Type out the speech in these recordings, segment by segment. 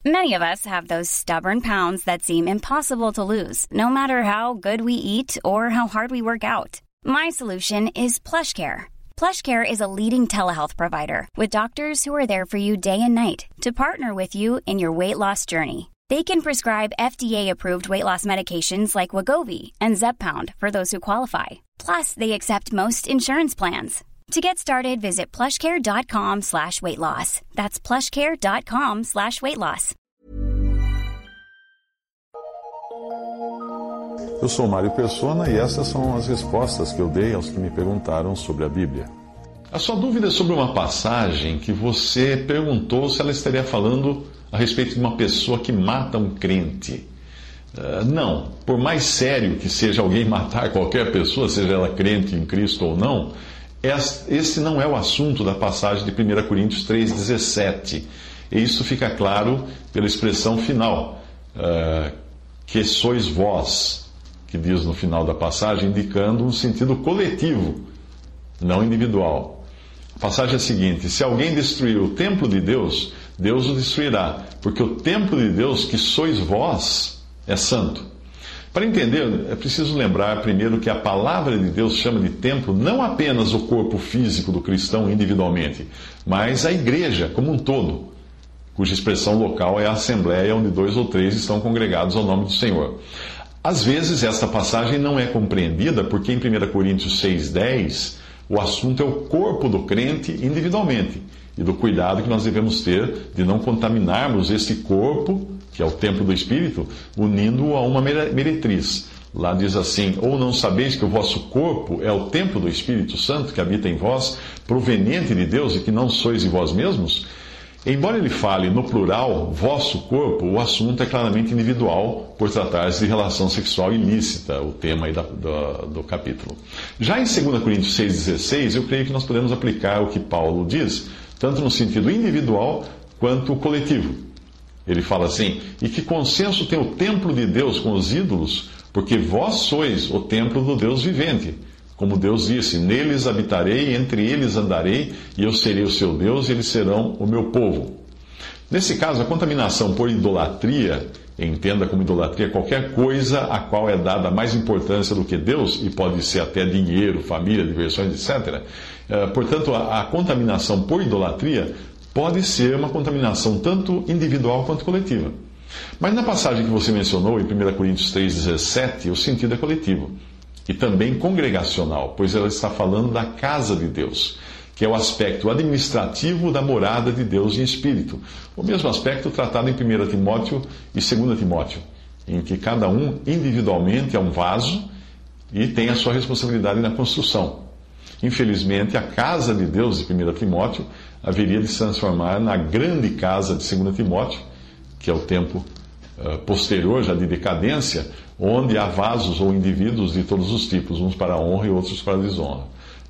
Many of us have those stubborn pounds that seem impossible to lose, no matter how good we eat or how hard we work out. My solution is PlushCare. PlushCare is a leading telehealth provider with doctors who are there for you day and night to partner with you in your weight loss journey. They can prescribe FDA-approved weight loss medications like Wegovy and Zepbound for those who qualify. Plus, they accept most insurance plans. To get started, visit plushcare.com/weightloss. That's plushcare.com/weightloss. Eu sou Mário Persona e essas são as respostas que eu dei aos que me perguntaram sobre a Bíblia. A sua dúvida é sobre uma passagem que você perguntou se ela estaria falando a respeito de uma pessoa que mata um crente. Não, por mais sério que seja alguém matar qualquer pessoa, seja ela crente em Cristo ou não, esse não é o assunto da passagem de 1 Coríntios 3,17. E isso fica claro pela expressão final, que sois vós, que diz no final da passagem, indicando um sentido coletivo, não individual. A passagem é a seguinte: se alguém destruir o templo de Deus, Deus o destruirá, porque o templo de Deus, que sois vós, é santo. Para entender, é preciso lembrar primeiro que a palavra de Deus chama de templo não apenas o corpo físico do cristão individualmente, mas a igreja como um todo, cuja expressão local é a assembleia onde 2 ou 3 estão congregados ao nome do Senhor. Às vezes, esta passagem não é compreendida porque em 1 Coríntios 6,10, o assunto é o corpo do crente individualmente e do cuidado que nós devemos ter de não contaminarmos esse corpo, que é o templo do Espírito, unindo-o a uma meretriz. Lá diz assim: ou não sabeis que o vosso corpo é o templo do Espírito Santo que habita em vós, proveniente de Deus, e que não sois de vós mesmos? Embora ele fale no plural, vosso corpo, o assunto é claramente individual, por tratar-se de relação sexual ilícita, o tema aí do capítulo. Já em 2 Coríntios 6,16, eu creio que nós podemos aplicar o que Paulo diz, tanto no sentido individual quanto coletivo. Ele fala assim: e que consenso tem o templo de Deus com os ídolos, porque vós sois o templo do Deus vivente. Como Deus disse: neles habitarei, entre eles andarei, e eu serei o seu Deus, e eles serão o meu povo. Nesse caso, a contaminação por idolatria, entenda como idolatria qualquer coisa a qual é dada mais importância do que Deus, e pode ser até dinheiro, família, diversões, etc. Portanto, a contaminação por idolatria pode ser uma contaminação tanto individual quanto coletiva. Mas na passagem que você mencionou, em 1 Coríntios 3,17, o sentido é coletivo. E também congregacional, pois ela está falando da casa de Deus, que é o aspecto administrativo da morada de Deus em espírito. O mesmo aspecto tratado em 1 Timóteo e 2 Timóteo, em que cada um individualmente é um vaso e tem a sua responsabilidade na construção. Infelizmente, a casa de Deus de 1 Timóteo haveria de se transformar na grande casa de 2 Timóteo, que é o tempo posterior, já de decadência, onde há vasos ou indivíduos de todos os tipos, uns para a honra e outros para a desonra.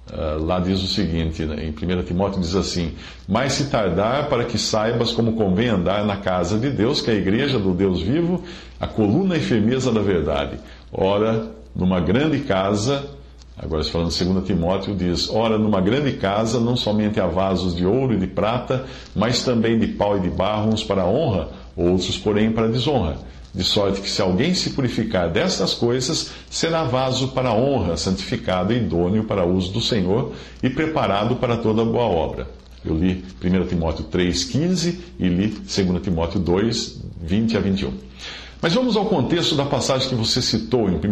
Lá diz o seguinte, em 1 Timóteo diz assim: mas se tardar, para que saibas como convém andar na casa de Deus, que é a igreja do Deus vivo, a coluna e firmeza da verdade. Ora, numa grande casa, agora falando de 2 Timóteo, diz: ora, numa grande casa não somente há vasos de ouro e de prata, mas também de pau e de barro, uns para a honra, outros, porém, para a desonra. De sorte que, se alguém se purificar destas coisas, será vaso para a honra, santificado e idôneo para o uso do Senhor e preparado para toda boa obra. Eu li 1 Timóteo 3,15 e li 2 Timóteo 2, 20 a 21. Mas vamos ao contexto da passagem que você citou em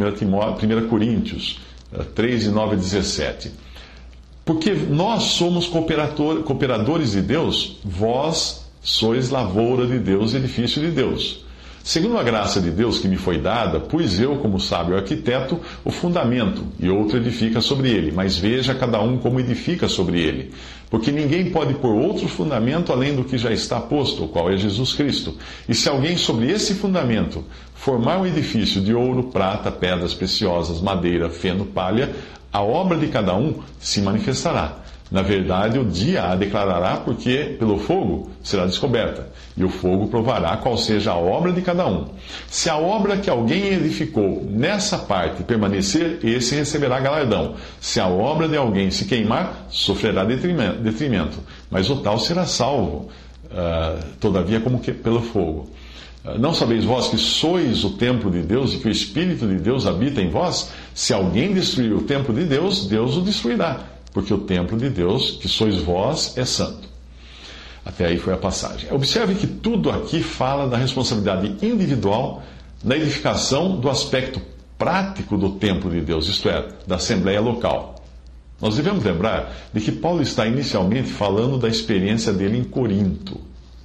1 Coríntios 3, 9 a 17. Porque nós somos cooperadores de Deus, vós sois lavoura de Deus, edifício de Deus. Segundo a graça de Deus que me foi dada, pus eu, como sábio arquiteto, o fundamento, e outro edifica sobre ele, mas veja cada um como edifica sobre ele. Porque ninguém pode pôr outro fundamento além do que já está posto, o qual é Jesus Cristo. E se alguém sobre esse fundamento formar um edifício de ouro, prata, pedras preciosas, madeira, feno, palha, a obra de cada um se manifestará. Na verdade, o dia a declarará, porque pelo fogo será descoberta, e o fogo provará qual seja a obra de cada um. Se a obra que alguém edificou nessa parte permanecer, esse receberá galardão. Se a obra de alguém se queimar, sofrerá detrimento, mas o tal será salvo, todavia, como que pelo fogo. Não sabeis vós que sois o templo de Deus e que o Espírito de Deus habita em vós? Se alguém destruir o templo de Deus, Deus o destruirá, porque o templo de Deus, que sois vós, é santo. Até aí foi a passagem. Observe que tudo aqui fala da responsabilidade individual na edificação do aspecto prático do templo de Deus, isto é, da assembleia local. Nós devemos lembrar de que Paulo está inicialmente falando da experiência dele em Corinto.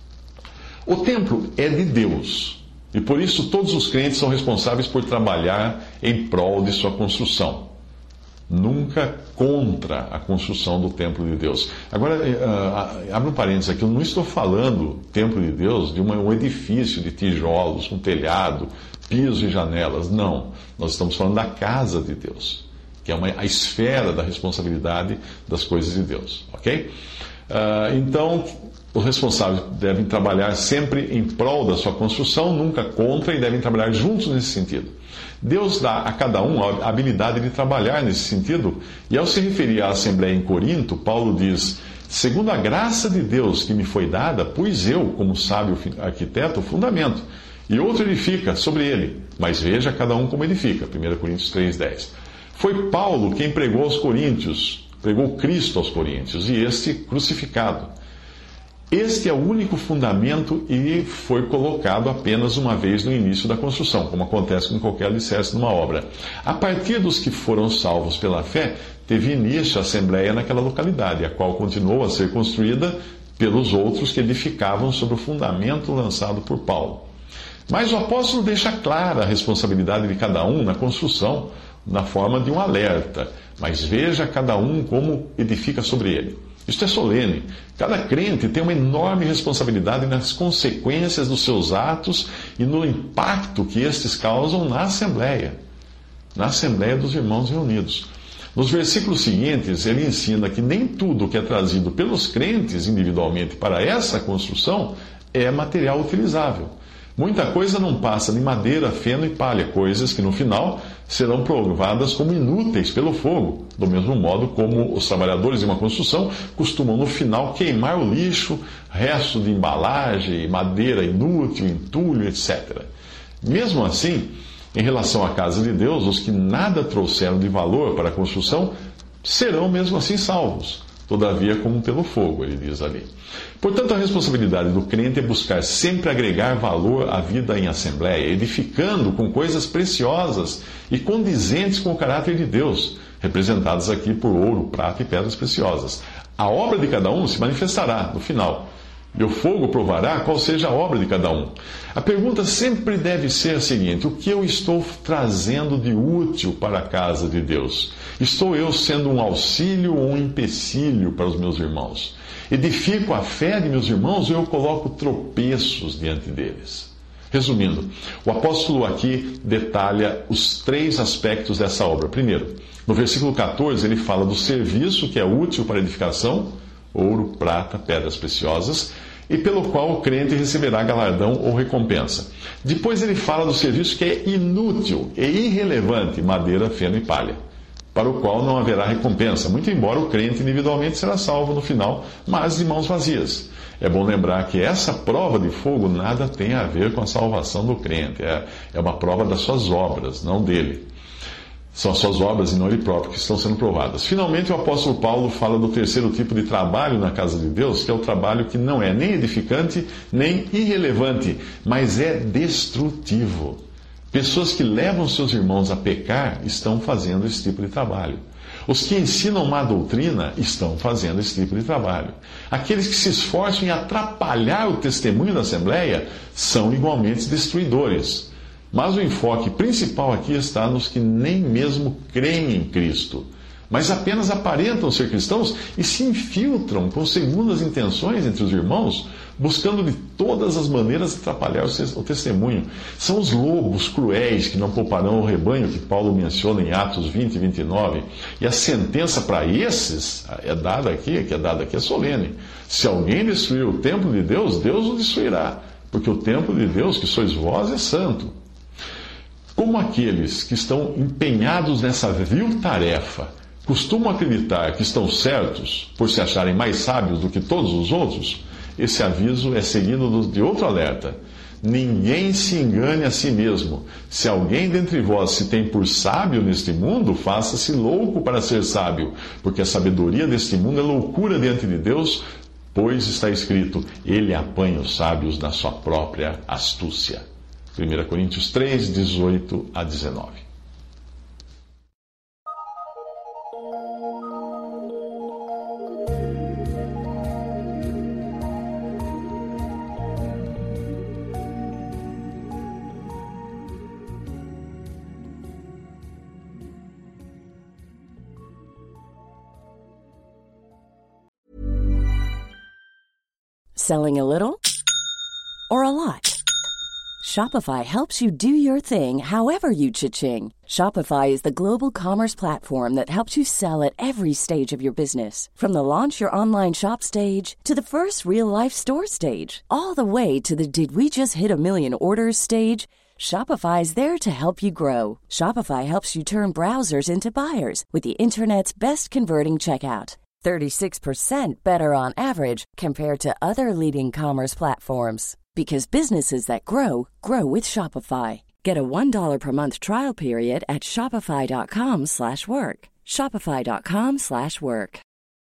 O templo é de Deus, e por isso todos os crentes são responsáveis por trabalhar em prol de sua construção. Nunca contra a construção do templo de Deus. Agora, abre um parênteses aqui, eu não estou falando templo de Deus de um edifício de tijolos, com telhado, piso e janelas. Não, nós estamos falando da casa de Deus, que é a esfera da responsabilidade das coisas de Deus, ok? Então, os responsáveis devem trabalhar sempre em prol da sua construção, nunca contra, e devem trabalhar juntos nesse sentido. Deus dá a cada um a habilidade de trabalhar nesse sentido, e ao se referir à Assembleia em Corinto, Paulo diz: segundo a graça de Deus que me foi dada, pus eu, como sábio arquiteto, o fundamento, e outro edifica sobre ele, mas veja cada um como edifica. 1 Coríntios 3,10. Foi Paulo quem pregou aos coríntios, pregou Cristo aos coríntios, e este crucificado. Este é o único fundamento e foi colocado apenas uma vez no início da construção, como acontece com qualquer alicerce numa obra. A partir dos que foram salvos pela fé, teve início a assembleia naquela localidade, a qual continuou a ser construída pelos outros que edificavam sobre o fundamento lançado por Paulo. Mas o apóstolo deixa clara a responsabilidade de cada um na construção, na forma de um alerta. Mas veja cada um como edifica sobre ele. Isto é solene. Cada crente tem uma enorme responsabilidade nas consequências dos seus atos e no impacto que estes causam na Assembleia dos irmãos reunidos. Nos versículos seguintes, ele ensina que nem tudo que é trazido pelos crentes individualmente para essa construção é material utilizável. Muita coisa não passa de madeira, feno e palha, coisas que no final serão provadas como inúteis pelo fogo, do mesmo modo como os trabalhadores de uma construção costumam no final queimar o lixo, resto de embalagem, madeira inútil, entulho, etc. Mesmo assim, em relação à casa de Deus, os que nada trouxeram de valor para a construção serão mesmo assim salvos. Todavia, como pelo fogo, ele diz ali. Portanto, a responsabilidade do crente é buscar sempre agregar valor à vida em assembleia, edificando com coisas preciosas e condizentes com o caráter de Deus, representadas aqui por ouro, prata e pedras preciosas. A obra de cada um se manifestará no final, e o fogo provará qual seja a obra de cada um. A pergunta sempre deve ser a seguinte: o que eu estou trazendo de útil para a casa de Deus? Estou eu sendo um auxílio ou um empecilho para os meus irmãos? Edifico a fé de meus irmãos ou eu coloco tropeços diante deles? Resumindo, o apóstolo aqui detalha os 3 aspectos dessa obra. Primeiro, no versículo 14, ele fala do serviço que é útil para a edificação, ouro, prata, pedras preciosas, e pelo qual o crente receberá galardão ou recompensa. Depois ele fala do serviço que é inútil e irrelevante, madeira, feno e palha, para o qual não haverá recompensa, muito embora o crente individualmente será salvo no final, mas de mãos vazias. É bom lembrar que essa prova de fogo nada tem a ver com a salvação do crente, é uma prova das suas obras, não dele. São as suas obras e não ele próprio que estão sendo provadas. Finalmente, o apóstolo Paulo fala do terceiro tipo de trabalho na casa de Deus, que é o trabalho que não é nem edificante, nem irrelevante, mas é destrutivo. Pessoas que levam seus irmãos a pecar estão fazendo esse tipo de trabalho. Os que ensinam má doutrina estão fazendo esse tipo de trabalho. Aqueles que se esforçam em atrapalhar o testemunho da Assembleia são igualmente destruidores. Mas o enfoque principal aqui está nos que nem mesmo creem em Cristo, mas apenas aparentam ser cristãos e se infiltram com segundas intenções entre os irmãos, buscando de todas as maneiras atrapalhar o testemunho. São os lobos cruéis que não pouparão o rebanho, que Paulo menciona em Atos 20 e 29. E a sentença para esses que é dada aqui é solene. Se alguém destruir o templo de Deus, Deus o destruirá, porque o templo de Deus, que sois vós, é santo. Como aqueles que estão empenhados nessa vil tarefa costumam acreditar que estão certos por se acharem mais sábios do que todos os outros, esse aviso é seguido de outro alerta. Ninguém se engane a si mesmo. Se alguém dentre vós se tem por sábio neste mundo, faça-se louco para ser sábio, porque a sabedoria deste mundo é loucura diante de Deus, pois está escrito, ele apanha os sábios na sua própria astúcia. 1 Coríntios 3, 18 a 19. Selling a little or a lot? Shopify helps you do your thing however you cha-ching. Shopify is the global commerce platform that helps you sell at every stage of your business. From the launch your online shop stage to the first real-life store stage, all the way to the did we just hit a million orders stage. Shopify is there to help you grow. Shopify helps you turn browsers into buyers with the internet's best converting checkout. 36% better on average compared to other leading commerce platforms. Because businesses that grow, grow with Shopify. Get a $1 per month trial period at shopify.com/work. Shopify.com/work.